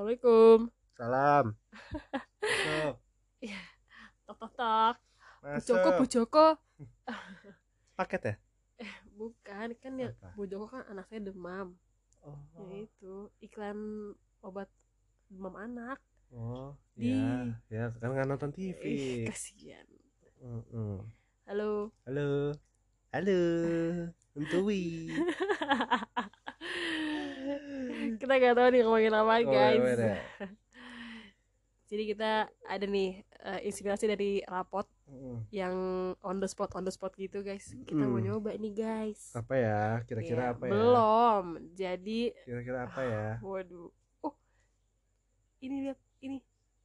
Assalamualaikum. Salam. Masuk. Iya, tok. Masuk. Bu Joko. Paket ya? Bukan, kan ya Apa? Bu Joko kan anak saya demam. Oh. Ya itu, iklan obat demam anak. Oh, Di- ya kan nggak nonton TV. Kasihan. Mm-mm. Halo. Halo. Untui. Kita gak tahu nih ngomongin apa, guys. beda. Jadi kita ada nih inspirasi dari rapot yang on the spot gitu, guys. Kita mau nyoba nih, guys. Apa ya? Kira-kira Ya, apa ya? belum. Jadi Kira-kira apa ya? waduh. Oh. Ini lihat ini.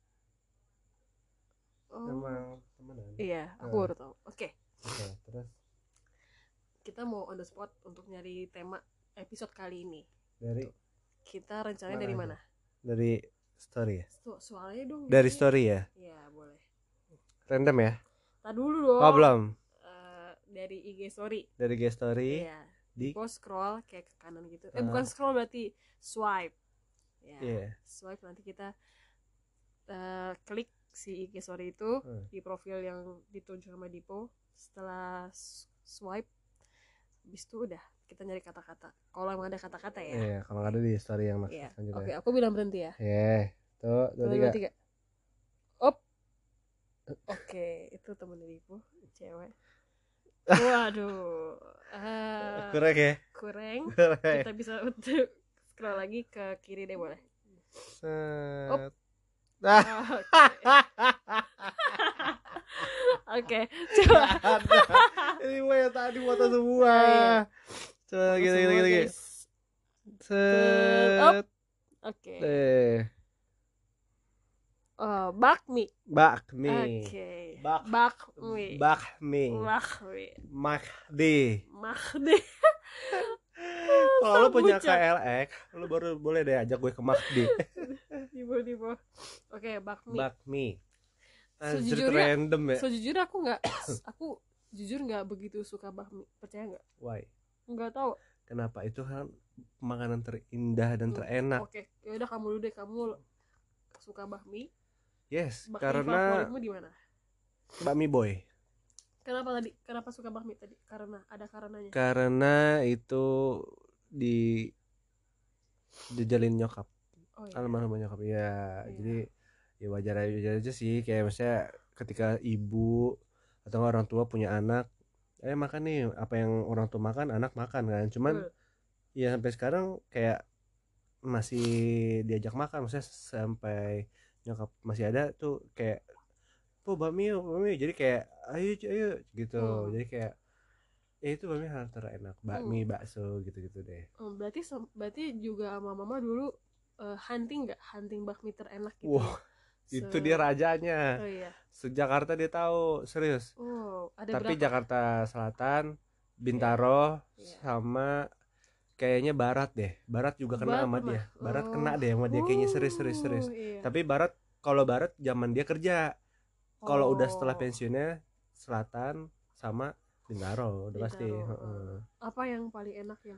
Oh. Emang temenan. Iya, aku baru tahu. Oke. Oke, terus Kita mau on the spot untuk nyari tema episode kali ini. dari Kita rencananya Mana dari aja? mana? dari story ya? Soalnya dong. Dari ini- story ya? Iya, boleh. Random ya? Tar dulu dong. Oh, belum. Dari IG story. Dari G story Iya. di Gue scroll kayak ke kanan gitu. Ah. Bukan scroll, berarti swipe. Ya. Iya. Swipe, nanti kita klik si IG story itu di profil yang ditunjuk sama Dipo. Setelah swipe, habis itu udah kita nyari kata-kata. Kalau emang ada kata-kata ya. Iya, kalau nggak ada di story yang Iya. selanjutnya. Oke, aku bilang berhenti ya. Tuh, 2, 3. 2, 3. Op. Oke, itu temen Dipo, cewek. Waduh. Kurang ya? Kurang. Kurang. Kita bisa untuk scroll lagi ke kiri deh, boleh. Set. Oke, coba. Ini mah yang tadi foto semua. Iya. Coba Foto gini. semua, guys. Set. Oke. Bakmi. Oke. Bakmi. Bakmi. Mahdi. Kalau lu punya Bucat. KLX, lu baru boleh deh ajak gue ke Mahdi. Dibo. Oke, bakmi. Bakmi. Anjir, Sejujurnya- random ya. Sejujurnya aku jujur nggak begitu suka bakmi. Percaya nggak? Why? Nggak tahu. Kenapa? Itu kan makanan terindah dan terenak. Oke, ya udah kamu dulu deh. Kamu suka bakmi? Yes, Bakmi karena favoritmu di mana? bakmi boy. Kenapa tadi? Kenapa suka bakmi tadi? Karena ada karenanya. Karena itu dijalin nyokap, Oh iya. almarhum nyokap ya. Iya. Jadi ya wajar aja sih, kayak misalnya ketika ibu atau orang tua punya anak, makan nih apa yang orang tua makan, anak makan kan. Cuman ya sampai sekarang kayak masih diajak makan, maksudnya sampai nyokap masih ada tuh kayak bakmi yuk. Jadi kayak ayo gitu. Jadi kayak itu bakmi hal terenak, bakmi, bakso gitu-gitu deh. Berarti juga sama mama dulu hunting bakmi terenak gitu. Wow, itu dia rajanya. Oh iya. Se-Jakarta dia tahu, serius. Oh, ada Tapi berapa? Jakarta Selatan, Bintaro, Iya. sama kayaknya Barat deh. Barat juga kena sama dia. Barat kena deh sama dia, kayaknya serius. Iya. Tapi kalau Barat zaman dia kerja. Kalau udah setelah pensiunnya Selatan sama Bintaro, udah pasti. Apa yang paling enak ya?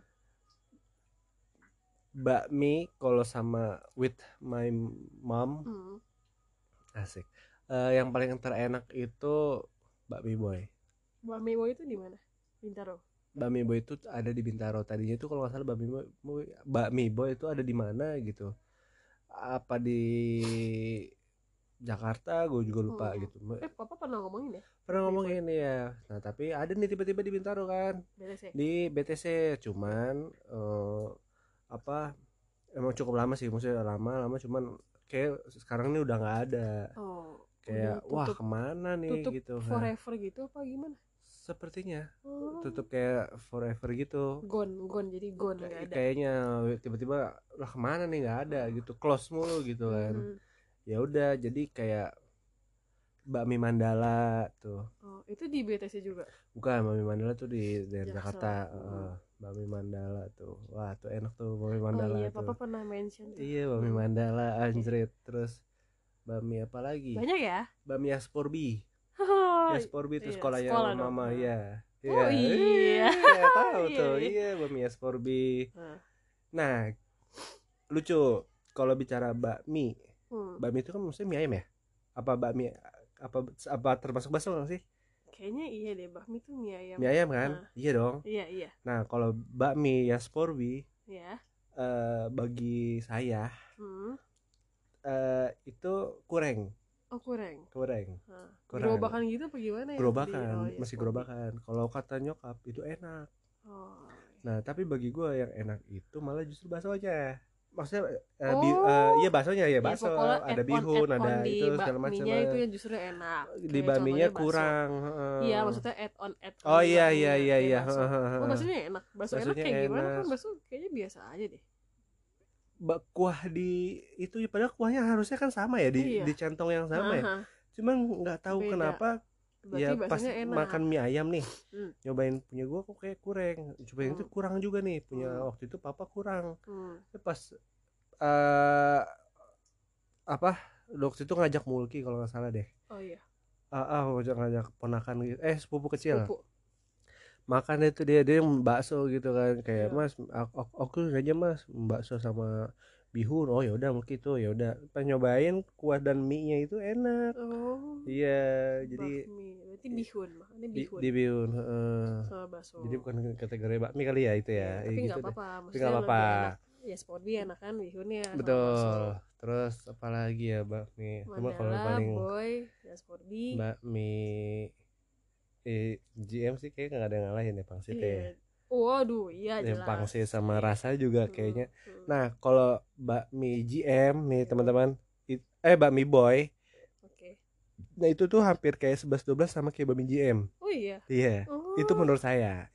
Bakmi kalau sama with my mom. Asik. Yang paling terenak itu bakmi boy. Bakmi boy itu di mana? Bintaro. Bakmi boy itu ada di Bintaro. Tadinya itu kalau nggak salah bakmi boy itu ada di mana gitu. Apa di Jakarta, gue juga lupa gitu. Papa pernah ngomongin ya? Pernah ngomongin ya. Nah tapi ada nih tiba-tiba di Bintaro kan. BTC. Di BTC. Cuman emang cukup lama sih, maksudnya lama cuman kayak sekarang ini udah nggak ada. Kayak wah kemana nih tutup gitu. Forever gitu apa gimana? Sepertinya tutup kayak forever gitu. Gone jadi gone nggak ada. Kayaknya tiba-tiba lah kemana nih, nggak ada gitu, close mulu gitu kan. Ya udah jadi kayak bakmi Mandala tuh. Oh, itu di BTC juga? Bukan, bakmi Mandala tuh di daerah Jakarta. Bakmi Mandala tuh, wah tuh enak tuh bakmi Mandala. Oh iya, tuh. Papa pernah mention tuh. Iya, bakmi Mandala anjrit. Terus bakmi apa lagi? Banyak ya? Bakmi Asporbi. Asporbi itu iya, sekolahnya sekolah mama dong. ya. Oh iya. Tahu Iya, tuh. iya. Iya, bakmi Asporbi. Nah, lucu. kalau bicara bakmi, bakmi itu kan maksudnya mie ayam ya? Apa bakmi apa termasuk bakso nggak sih? Kayaknya iya deh, bakmi tuh mie ayam. Mie ayam kan? Iya dong. Iya. Nah kalau bakmi ya sporwi, Ya. bagi saya itu kureng. Oh, kureng. Kureng. Gerobakan gitu apa gimana ya? Gerobakan, masih gerobakan. Kalau kata nyokap itu enak. Nah tapi bagi gue yang enak itu malah justru baksonya. Maksudnya iya baksonya ya bakso, ada bihun, ada itu segala macam. Itu yang justru enak. Di bakminya kurang. Iya, maksudnya add on. Oh iya. Oh, baksonya enak. Bakso enak kayak gimana kan? Bakso kayaknya biasa aja deh. Kuah di itu padahal kuahnya harusnya kan sama ya di centong yang sama ya. Cuman nggak tahu kenapa. Berarti ya pas makan mie ayam nih, nyobain punya gue kok kayak kurang. Cobain itu kurang juga nih punya waktu itu papa kurang. Pas waktu itu ngajak Mulki kalau nggak salah deh. Oh iya. Ngajak ponakan gitu, sepupu kecil. Makan itu dia bakso gitu kan, kayak mas aku aja mas bakso sama bihun. Oh ya udah mungkin itu ya udah pas nyobain kuah dan mie nya itu enak. Iya jadi berarti bihun makanya bihun di bihun sama bakso. Jadi bukan kategori bakmi kali ya itu ya, tapi nggak gitu apa-apa, maksudnya nggak apa-apa ya sportby enak kan bihunnya. Betul. Terus apalagi ya bakmi cuma kalau paling boy ya sportby bakmi GM sih kayaknya nggak ada yang ngalahin ya pangsit ya. Waduh, iya jelas. Pangsit sama rasa juga kayaknya. Nah, kalau bakmi GM nih teman-teman, bakmi boy. Oke. Nah, itu tuh hampir kayak 11-12 sama kayak bakmi GM. Oh iya. Iya. Itu menurut saya.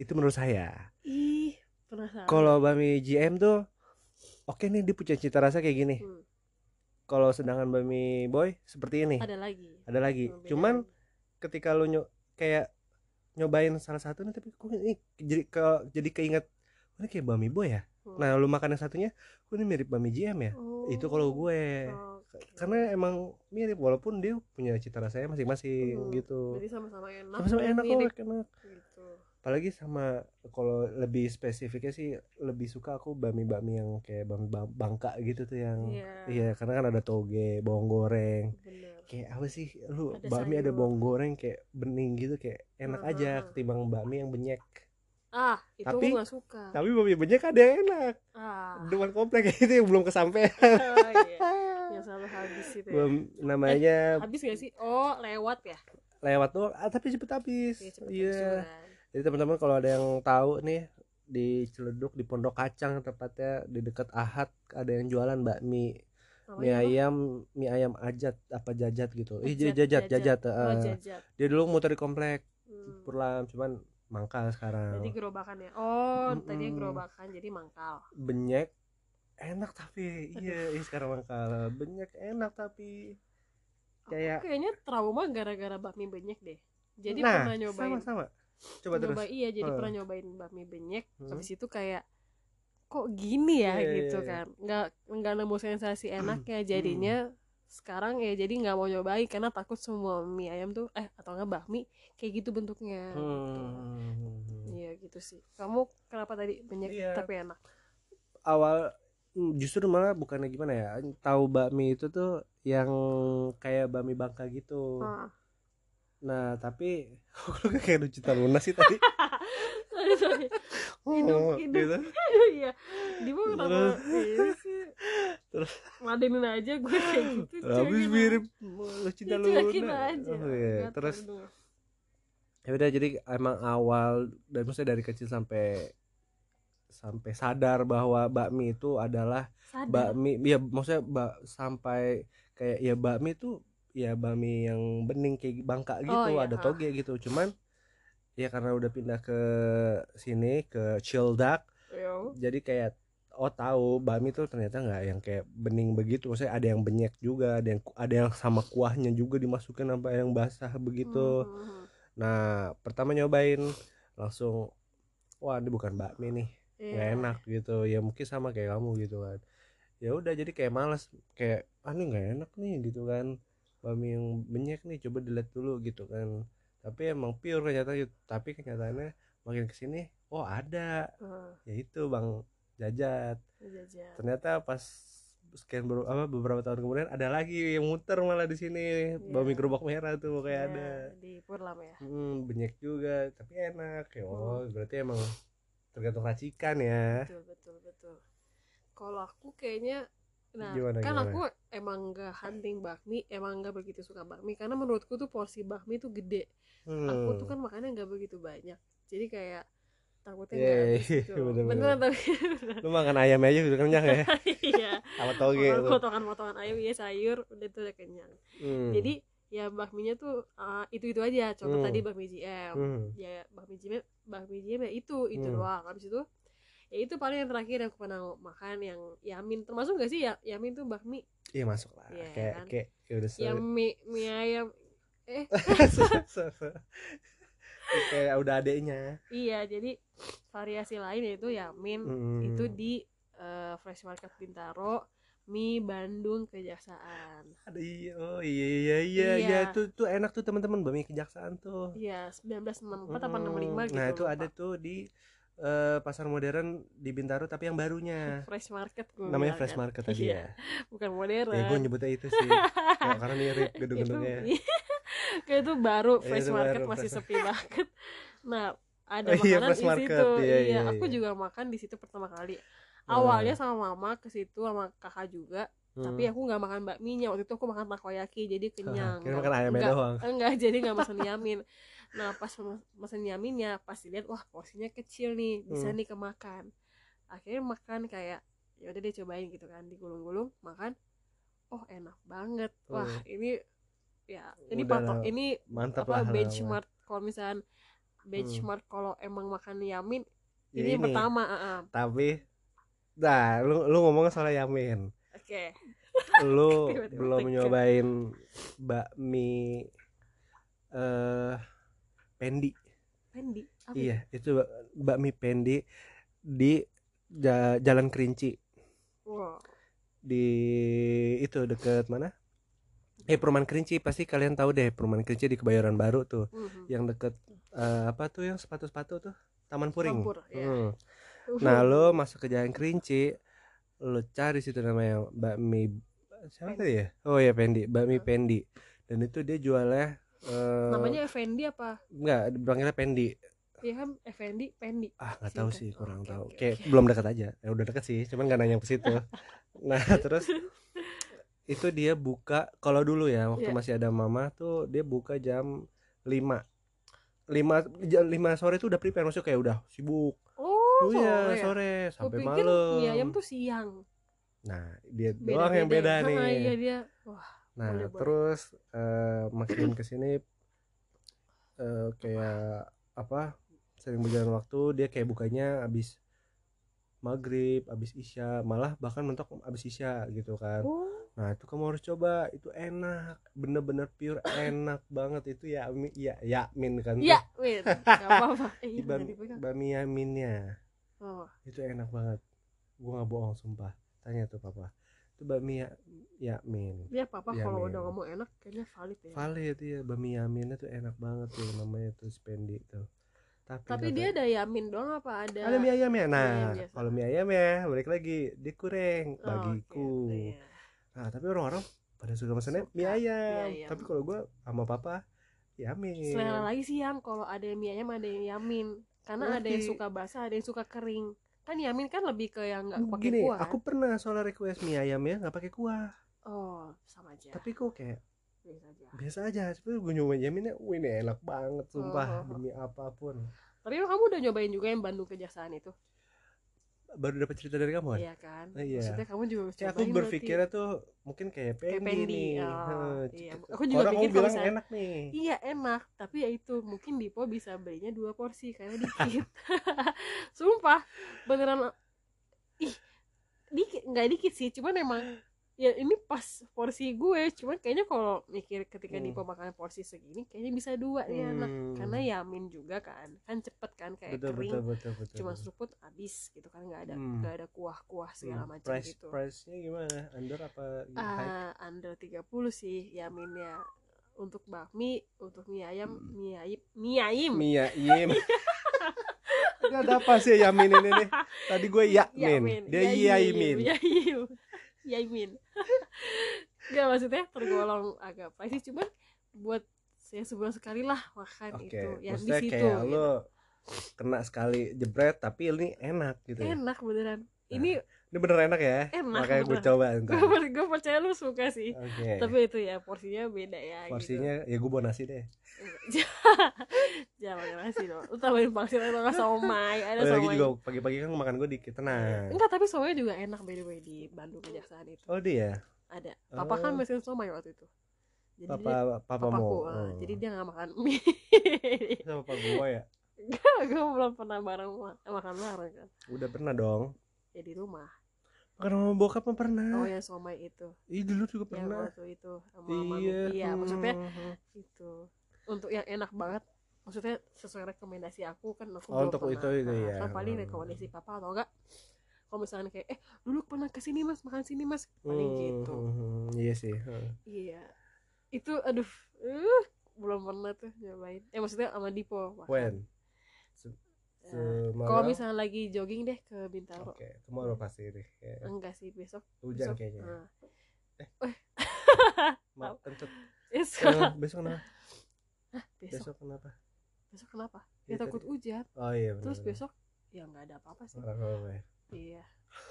Ih, penasaran. Kalau bakmi GM tuh oke nih dia punya cita rasa kayak gini. Kalau sedangkan bakmi boy seperti ini. Ada lagi. Cuman ketika lu kayak nyobain salah satu nih tapi kok ini jadi keinget ini kayak bakmi boy ya. Nah lu makan yang satunya kok ini mirip bakmi GM ya. Itu kalau gue karena emang mirip walaupun dia punya cita rasanya masing-masing gitu. Jadi sama-sama enak. Sama-sama enak gitu. Apalagi sama kalau lebih spesifiknya sih lebih suka aku bakmi yang kayak bakmi Bangka gitu tuh yang iya karena kan ada toge, bawang goreng. Bener. Kayak apa sih lu bakmi ada bawang goreng kayak bening gitu kayak enak aja ketimbang bakmi yang benyek. Itu tapi, gue gak suka. Tapi bakmi benyek ada yang enak. Depan komplek itu yang belum kesampean. Yang selalu habis itu ya. Namanya habis gak sih? Oh lewat ya. Lewat tuh tapi cepet habis. Iya. Jadi teman-teman kalau ada yang tahu nih di Ciledug di Pondok Kacang tepatnya di dekat Ahad ada yang jualan bakmi mie ayam ajat apa jajat gitu. Jajat. Dia dulu muter di komplek Purlam cuman mangkal sekarang. Jadi gerobakan ya. Tadinya gerobakan jadi mangkal. Benyek enak tapi sekarang mangkal. Benyek enak tapi kayaknya trauma gara-gara bakmi benyek deh. Jadi pernah nyobain. Sama. Coba terus. Jadi pernah nyobain bakmi benyek. Habis itu kayak kok gini ya gitu kan. Nggak nemu sensasi enaknya jadinya. Sekarang ya jadi nggak mau nyobain karena takut semua mie ayam tuh atau nggak bakmi kayak gitu bentuknya. Iya gitu sih. Kamu kenapa tadi benyek tapi enak? Awal justru malah bukannya gimana ya, tahu bakmi itu tuh yang kayak bakmi Bangka gitu. Nah tapi kok kayak lucu lunas sih tadi. sorry. Hidup gitu. Iya. Dia kenapa sih? Terus ladenin aja gue kayak gitu. Habis mirip lucu lunas. Terus ya udah jadi emang awal dan maksudnya dari kecil sampai sadar bahwa bakmi itu adalah bakmi ya maksudnya sampai kayak ya bakmi itu ya bakmi yang bening kayak Bangka gitu ada toge gitu cuman ya karena udah pindah ke sini ke Ciledug jadi kayak tahu bakmi tuh ternyata nggak yang kayak bening begitu maksudnya ada yang benyek juga ada yang sama kuahnya juga dimasukin sampai yang basah begitu. Nah pertama nyobain langsung wah ini bukan bakmi nih nggak enak gitu ya mungkin sama kayak kamu gitu kan ya udah jadi kayak malas kayak ini nggak enak nih gitu kan bakmi yang benyek nih coba dilihat dulu gitu kan tapi emang pure kenyataannya tapi kenyataannya makin kesini ada ya itu Bang Jajat ternyata pas beberapa tahun kemudian ada lagi yang muter malah di sini, bakmi gerobak merah tuh kayak ada di Purlam ya. Banyak juga tapi enak ya. Berarti emang tergantung racikan ya. Betul. Kalau aku kayaknya gimana? Aku emang nggak hunting bakmi, emang nggak begitu suka bakmi karena menurutku tuh porsi bakmi tuh gede. Aku tuh kan makannya nggak begitu banyak, jadi kayak takutnya nggak habis gitu. Beneran tapi lu makan ayam aja udah kenyang ya. Iya. Sama toge potongan ayam ya, sayur udah tuh udah kenyang. Jadi ya bakminya tuh itu aja. Contoh tadi bakmi JM. Ya bakmi JM ya itu doang. Habis itu ya itu paling yang terakhir yang aku pernah makan yang Yamin. Termasuk gak sih ya Yamin tuh bakmi? Iya masuk lah. Kayak udah yang mie ayam kayak udah adeknya. Iya, jadi variasi lain yaitu Yamin itu di Fresh Market Bintaro, mie Bandung Kejaksaan. Iya tuh enak tuh teman-teman, bakmi Kejaksaan tuh. Iya, 1964 atau 65 gitu. Nah, itu lupa. Ada tuh di pasar modern di Bintaro tapi yang barunya. Fresh Market namanya Fresh Market tadi ya. Bukan modern. Ya gue nyebutnya itu sih. Karena mirip gedung-gedungnya. Kayak itu baru Fresh Market masih sepi banget. Nah, ada makanan di situ. Iya, aku juga makan di situ pertama kali. Awalnya sama mama ke situ sama kakak juga. Tapi aku nggak makan bakminya, waktu itu aku makan takoyaki jadi kenyang. Kira makan ayamnya doang. Enggak, jadi nggak pesan Yamin. Nah pas pesan Yaminnya pas dilihat wah porsinya kecil nih, bisa nih kemakan. Akhirnya makan kayak ya udah deh cobain gitu kan, digulung-gulung makan. Oh enak banget. Wah ini ya ini patok ini mantap apa benchmark kalau misalnya benchmark kalau emang makan Yamin ya ini yang pertama. Tapi lu ngomongin soal Yamin. Oke. Lu belum nyobain bakmi Pendi. Iya, itu bakmi Pendi di Jalan Kerinci. Wow. Di itu deket mana? Perumahan Kerinci, pasti kalian tahu deh Perumahan Kerinci di Kebayoran Baru tuh. Yang deket apa tuh yang sepatu-sepatu tuh? Taman Puring. Yeah. Nah, lo masuk ke Jalan Kerinci, lo cari situ namanya bakmi siapa tadi ya? Oh ya Pendi, bakmi Pendi. Dan itu dia jualnya namanya Effendi apa? Enggak, dipanggilnya Pendi. Iya kan Effendi, Pendi. Nggak tahu sih, kurang tahu. Kayak belum dekat aja. Ya udah dekat sih, cuman nggak nanya ke situ. Nah, terus itu dia buka kalau dulu ya, waktu masih ada mama tuh dia buka jam 5 sore tuh udah prepare, maksudnya kayak udah sibuk. Sore sampai malam. Mie ayam tuh siang. Nah, dia doang yang beda nih. Iya dia. Wah. Nah, terus makin kesini kayak apa? Sering berjalan waktu dia kayak bukanya abis maghrib, abis isya, malah bahkan mentok abis isya gitu kan. Nah, itu kamu harus coba, itu enak, bener-bener pure enak banget itu ya. Yamin kan. Yamin. Enggak apa-apa. Bakmi Yaminnya. Itu enak banget. Gua enggak bohong sumpah. Tanya tuh papa. Itu bakmi Yamin. Ya papa kalau udah ngomong enak kayaknya valid ya. Valid ya, bakmi Yaminnya tuh enak banget tuh namanya tuh Spendi tuh. Tapi dia ada Yamin doang apa ada? Ada mie ayam ya. Nah, kalau mie ayam ya balik lagi dikureng bagiku. Nah, tapi orang-orang pada suka pesannya mie ayam. Tapi kalau gue sama papa Yamin. Selera lagi sih yang kalau ada mie ayam ada yang Yamin. Karena ada yang suka basah, ada yang suka kering. Kan Yamin kan lebih ke yang nggak pakai kuah. Aku pernah soalnya request mie ayam ya nggak pakai kuah. Oh, sama aja. Tapi kok kayak biasa aja. Tapi gue nyobain Yaminnya, ini enak banget sumpah demi apapun. Tapi kamu udah nyobain juga yang Bandung Kejaksaan itu? Baru dapat cerita dari kamu kan? Iya kan. Maksudnya kamu juga cobain. Aku berpikirnya tuh mungkin kayak Pendi nih. Iya. Aku juga pikir kalau misalnya enak nih. Iya enak, tapi ya itu mungkin Dipo bisa belinya 2 porsi karena dikit. Sumpah, beneran dikit, nggak dikit sih, cuman emang ya ini pas porsi gue, cuman kayaknya kalau mikir ketika Dipo makan porsi segini kayaknya bisa 2 nih anak, karena Yamin juga kan cepet kan kayak kering, betul. Cuma seruput habis gitu kan, nggak ada kuah segala macam gitu. Price-nya gimana? Under apa? Under 30 sih Yaminnya. Untuk bakmi, untuk mie ayam. Ini ada apa sih Yamin ini nih? Tadi gue Yamin, dia Yamin. Yaimin. Gak, maksudnya tergolong agak pricey, cuman buat saya sebulan sekali lah makan itu yang di maksudnya situ kayak gitu. lo kena sekali jebret tapi ini enak gitu ya. Enak beneran. Nah, ini bener enak ya. enak, makanya gue beneran. coba ntar. Gue percaya lu suka sih. Tapi itu ya porsinya beda ya. Porsinya gitu. Ya gue bawa nasi deh. Jangan nasi dong. Lu tambahin pasir atau nggak somai. Ada lagi somai juga pagi-pagi kan makan gue dikit, tenang. Enggak, tapi somai juga enak by the way di Bandung Kejaksaan itu. Oh dia Ada. Papa kan mesin somai waktu itu. Jadi papamu. Jadi dia nggak makan mie. Sama papa gue ya. Gue belum pernah makan bareng kan. Udah pernah dong. Ya di rumah. Makan sama bokap mah pernah. Oh yang somai itu. Dulu juga pernah. Yang waktu itu sama iya, maksudnya itu untuk yang enak banget. Maksudnya sesuai rekomendasi aku kan aku belum untuk pernah. itu ya. Kan paling rekomendasi papa atau enggak. Kalau misalnya kayak dulu pernah kesini mas, makan sini mas, paling gitu. Iya sih. Iya. Itu aduh, belum pernah tuh nyobain. Maksudnya sama Dipo makan. When? Kalau misalnya lagi jogging deh ke Bintaro. Oke, tomorrow pasti deh. Ya. Enggak sih, besok. Hujan kayaknya. Maaf, kentut. Besok kenapa? Besok kenapa? Besok kenapa? Ya takut hujan. Oh iya benar. Terus besok ya nggak ada apa-apa sih. Iya.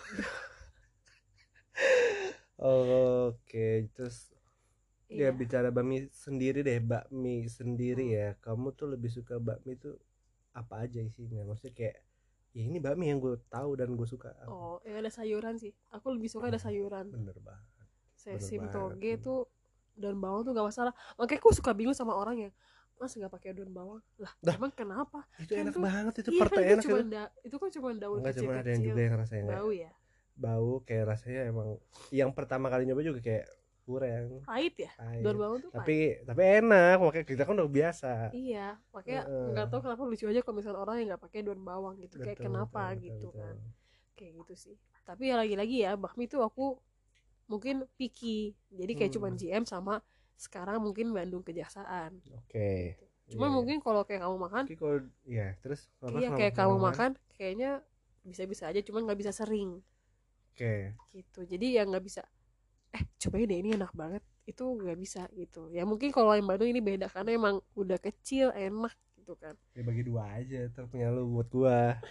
Oke, terus ya bicara bakmi sendiri deh, bakmi sendiri ya. Kamu tuh lebih suka bakmi tuh apa aja isinya? Maksudnya kayak ya ini bakmi yang gue tahu dan gue suka. Oh, yang ada sayuran sih. Aku lebih suka ada sayuran. Bener banget. Sesim toge tuh daun bawang tuh gak masalah. Makanya aku suka bingung sama orang yang mas nggak pakai daun bawang lah. Emang kenapa? Itu kan enak tuh, banget itu iya, partai kan enak itu. Itu kan cuma daun kecil. Cuma ada yang juga yang rasanya bau ya. Bau kayak rasanya emang yang pertama kali nyoba juga kayak kurang pahit ya. Daun bawang tuh tapi enak, makanya kita kan udah biasa. Iya, makanya nggak tahu kenapa lucu aja kalau misalnya orang yang nggak pakai daun bawang gitu. Kayak kenapa gitu kan. Kayak gitu sih. Tapi ya lagi-lagi ya bakmi tuh aku mungkin picky. Jadi kayak cuma GM sama sekarang mungkin Bandung Kejaksaan. Oke. Gitu. Cuma mungkin kalau kayak kamu makan, terus iya kayak kamu makan, kayaknya bisa-bisa aja, cuma nggak bisa sering. Oke. Gitu. Jadi ya nggak bisa. Cobain deh ini enak banget. Itu nggak bisa gitu. Ya mungkin kalau yang Bandung ini beda karena emang udah kecil enak gitu kan. Ya bagi dua aja, terpunya lu buat gua.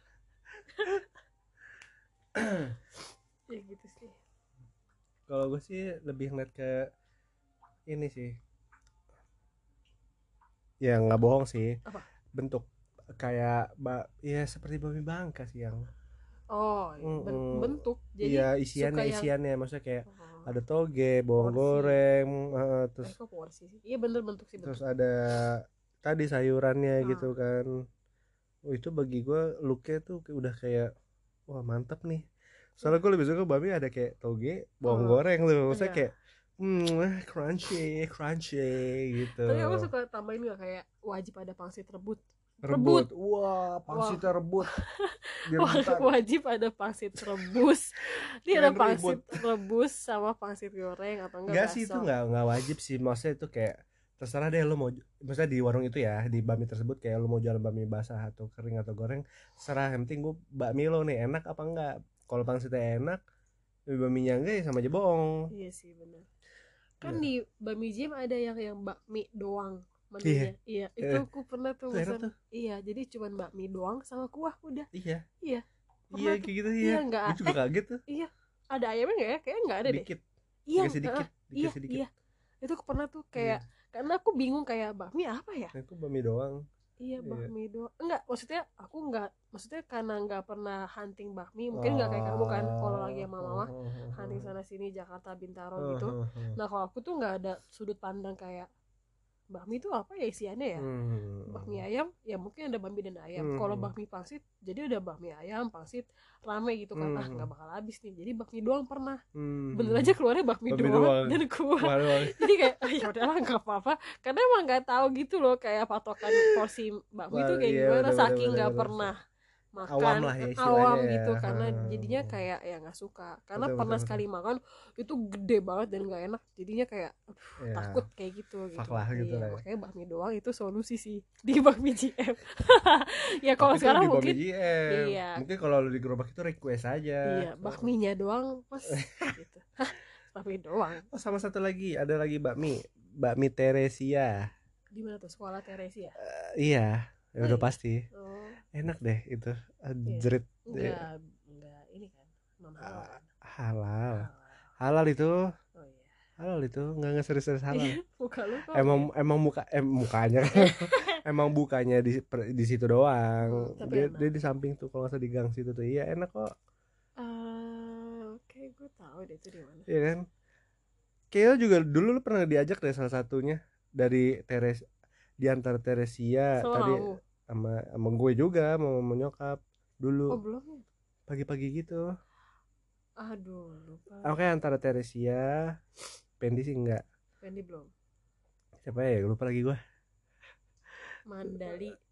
Ya gitu sih. Kalau gue sih lebih ngeliat ke ini sih. Ya nggak bohong sih. Apa? Bentuk kayak ya seperti bakmi Bangka sih yang. Oh, bentuk. Jadi iya, isiannya maksudnya kayak ada toge, bawang porsi. Goreng, terus porsi sih. Iya bener bentuk sih. Terus ada tadi sayurannya gitu kan. Itu bagi gue looknya tuh udah kayak wah mantap nih. Soalnya gue lebih suka bakmi ada kayak toge, bawang goreng tuh. Maksudnya kayak crunchy gitu. Tapi aku suka tambahin gak kayak wajib ada pangsit rebut. Wah, pangsitnya rebut. Wajib ada pangsit rebus. Ini ada pangsit rebus sama pangsit goreng atau enggak? Enggak sih, itu enggak wajib sih. Maksudnya itu kayak terserah deh lo mau, maksudnya di warung itu ya, di bakmi tersebut kayak lo mau jualan bakmi basah atau kering atau goreng, terserah. Yang penting gue bakmi lo nih enak apa enggak. Kalau pangsitnya enak, bakminya enggak ya sama aja bohong. Iya sih benar. Kan di bakmi Jim ada yang bakmi doang menunya. Iya, itu aku pernah tuh pesan. Iya, jadi cuman bakmi doang sama kuah udah. Iya. Iya kayak gitu ya. Gue juga kaget tuh. Iya. Ada ayamnya enggak ya? Kayaknya enggak ada deh. Dikit. Iya, sedikit. Iya. Itu aku pernah tuh kayak karena aku bingung kayak bakmi apa ya? Itu bakmi doang. Iya, bakmi doang. Enggak, maksudnya aku enggak, maksudnya karena enggak pernah hunting bakmi, mungkin enggak kayak kamu kan kalau lagi sama mama hunting sana sini Jakarta Bintaro gitu. Nah, kalau aku tuh enggak ada sudut pandang kayak bakmi itu apa ya isiannya ya? Bakmi ayam, ya mungkin ada bakmi dan ayam. Kalau bakmi pangsit, jadi ada bakmi ayam, pangsit, rame gitu kan. Nggak bakal habis nih. Jadi bakmi doang pernah. Bener aja keluarnya bakmi doang dan kuah. Jadi kayak ya udahlah nggak apa-apa. Karena emang nggak tahu gitu loh kayak patokan porsi bakmi itu kayak gimana. Saking nggak pernah makan awam lah ya istilahnya awam ya. gitu, karena jadinya kayak ya nggak suka, karena Betul, pernah betul, sekali makan itu gede banget dan nggak enak, jadinya kayak Ya, takut kayak gitu fuck gitu. lah gitu Iya, lah ya. makanya bakmi doang itu solusi sih di bakmi GM. Ya kalau Tapi itu sekarang di mungkin Bami GM. iya Mungkin kalau lu di gerobak itu request aja. iya bakminya doang mas gitu. Hah, bakmi doang Oh, sama satu lagi, ada lagi bakmi Teresia. di mana tuh, sekolah Teresia? Iya, ya Oh, udah iya. pasti. Oh Enak deh itu. iya, Jerit. enggak ini kan non halal kan. Halal. Halal. Halal itu. Oh iya. Halal itu nggak serius-serius halal. Muka lu kok Emang mukanya emang bukanya di situ doang. tapi Dia enak. di samping tuh kalau nggak salah di gang situ tuh. Iya enak kok. Oke, gue tahu deh itu di mana. Iya kan? Kayaknya juga dulu lu pernah diajak deh salah satunya dari di antara Teresia Sama tadi kamu? sama gue juga mau nyokap dulu Oh belum ya? pagi-pagi gitu. Aduh lupa. Oke, antara Teresia, Pendi sih enggak. Wendy belum. Siapa ya? Lupa lagi gue. Madali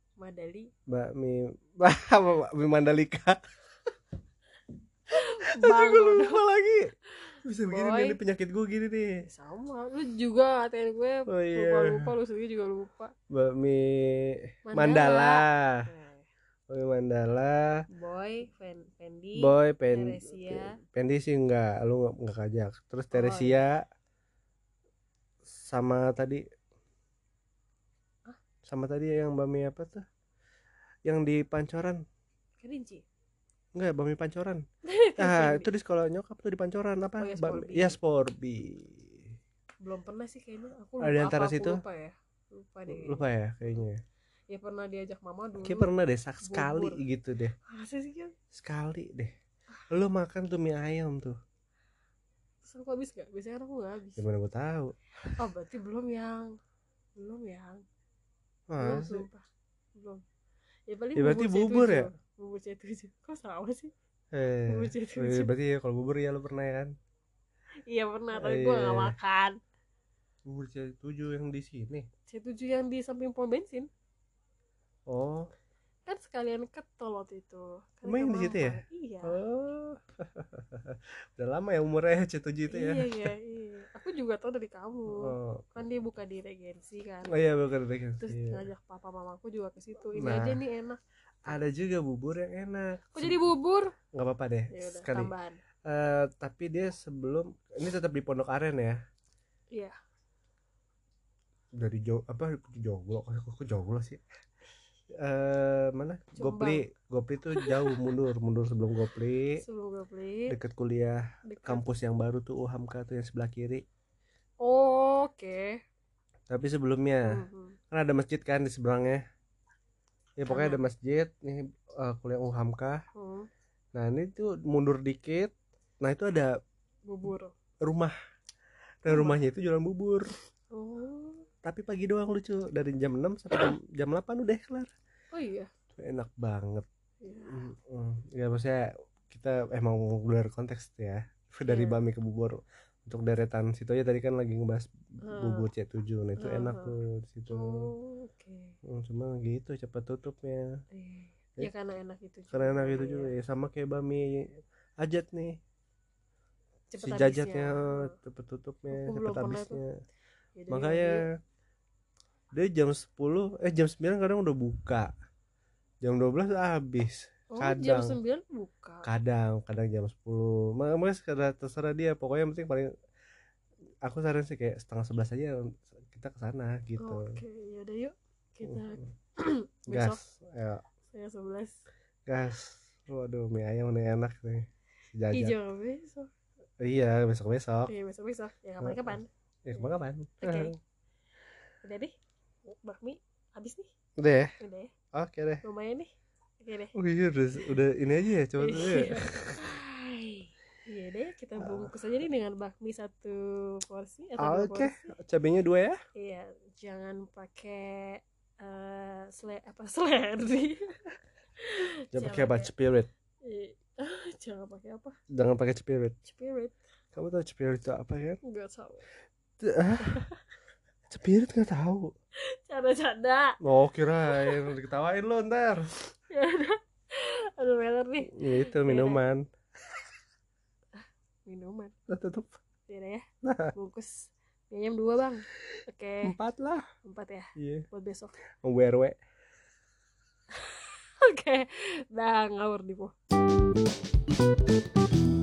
Bakmi Mandalika. Aja gue bangun. lupa lagi. Bisa begini Boy. nih penyakit gue gini nih. Sama lu juga ngatain gue. Oh iya. Lupa lu sendiri juga lupa. Bakmi Mandala. Mandala. Nah, Bakmi Mandala. Fendi. Boy Teresia. Pendi sih enggak, lu enggak kajak. Terus Teresia sama tadi sama tadi yang bakmi apa tuh? Yang di Pancoran. Kerinci. Enggak, bakmi Pancoran. Itu di sekolah nyokap tuh di Pancoran apa? Oh, ya, Bakmi Sporby. ya Sporby. Belum pernah sih kayaknya. Aku Ada lupa antara apa, aku situ? lupa ya. Lupa deh. Lupa ya kayaknya. Ya pernah diajak mama dulu. Kayak pernah deh sekali bubur. gitu deh. Masa sih kan? Sekali deh. Lu makan tuh mie ayam tuh. Terus aku habis gak? Biasanya kan aku gak habis. Gimana gue tahu? Oh berarti belum yang Ah, belum sumpah belum. Ya paling ya berarti bubur ya? Bubur C7. Kok sama sih? Eh, Bubur C7. berarti ya kalau bubur ya lu pernah ya kan? Iya pernah, tapi gue gak makan. Bubur C7 yang di sini. C7 yang di samping pom bensin. Oh, Kan sekalian ketol waktu itu. Kan emang yang ke di situ ya? Mampang. Iya. Oh. Udah lama ya umurnya C7 itu ya. Iya. Aku juga tahu dari kamu. Oh. Kan dia buka di Regensi kan. Oh iya bukan Regensi. Terus ngajak papa mamaku juga ke situ. Ini Nah, aja nih enak. ada juga bubur yang enak. Kok jadi bubur? Nggak apa-apa deh. Ya udah Sekali. tambahan. Tapi dia sebelum ini tetap di Pondok Aren ya. Iya. Dari Joglo kok Joglo sih. Mana? Jombang. Gopli tuh jauh mundur sebelum Gopli. Sebelum gue beli. Deket kuliah Dekat. kampus yang baru tuh UHAMKA tuh yang sebelah kiri. Oke. Tapi sebelumnya kan ada masjid kan di seberangnya. Ya pokoknya ada masjid nih kuliah UHAMKA. Nah ini tuh mundur dikit. Nah itu ada Bubur. rumah. Dan rumahnya itu jualan bubur. Oh. Tapi pagi doang lucu. Dari jam 6 sampai jam 8 udah kelar. Oh iya. Enak banget. Iya. Ya maksudnya kita emang luar konteks ya. Dari bakmi ke bubur. Untuk deretan situ aja tadi kan lagi ngebahas bubur C7. Nah itu enak tuh di situ. Oke. Cuma gitu cepat tutupnya. Ya karena enak itu juga. Karena enak itu juga ya sama kayak bakmi Ajat nih. Cepet Si habisnya. Jajatnya cepet tutupnya, Aku cepet belum pernah habisnya. Ya, Makanya dia jam 10 jam 9 kadang udah buka. Jam 12 habis. Jam 9 buka. Kadang jam 10. Makanya terserah dia. Pokoknya yang penting paling aku saran sih kayak setengah 11 aja kita ke sana gitu. Oke, yaudah yuk kita gas. besok. Ayo. Saya 11. Gas. Waduh, mie ayam nih enak nih. Si Jajat. Jangan besok. Iya, besok-besok. Iya, besok. Ya kapan-kapan. Ya kapan-kapan. Oke. Udah deh. Bakmi habis nih. Udah ya? Udah ya. Oke deh. Lumayan nih. Oke deh. Oh iya udah ini aja ya coba dulu ya. Iya deh, kita bungkus aja nih dengan bakmi 1 porsi atau 2 Oke, porsi. cabenya 2 ya. Iya, jangan pakai seledri. Jangan pakai apa? Spirit. Jangan pakai apa? Jangan pakai spirit. Spirit. Kamu tahu spirit itu apa kan? Enggak tahu. Spirit nggak tahu. Canda-canda. Oh kirain diketawain lo ntar. Ya udah. Aduh meler nih. Ya, itu minuman. Minuman. Tutup. Ya bungkus mie ayam 2 bang. Oke. 4 lah. 4 ya. Iya. Buat besok. WRW. Oke. Dah ngawur di po.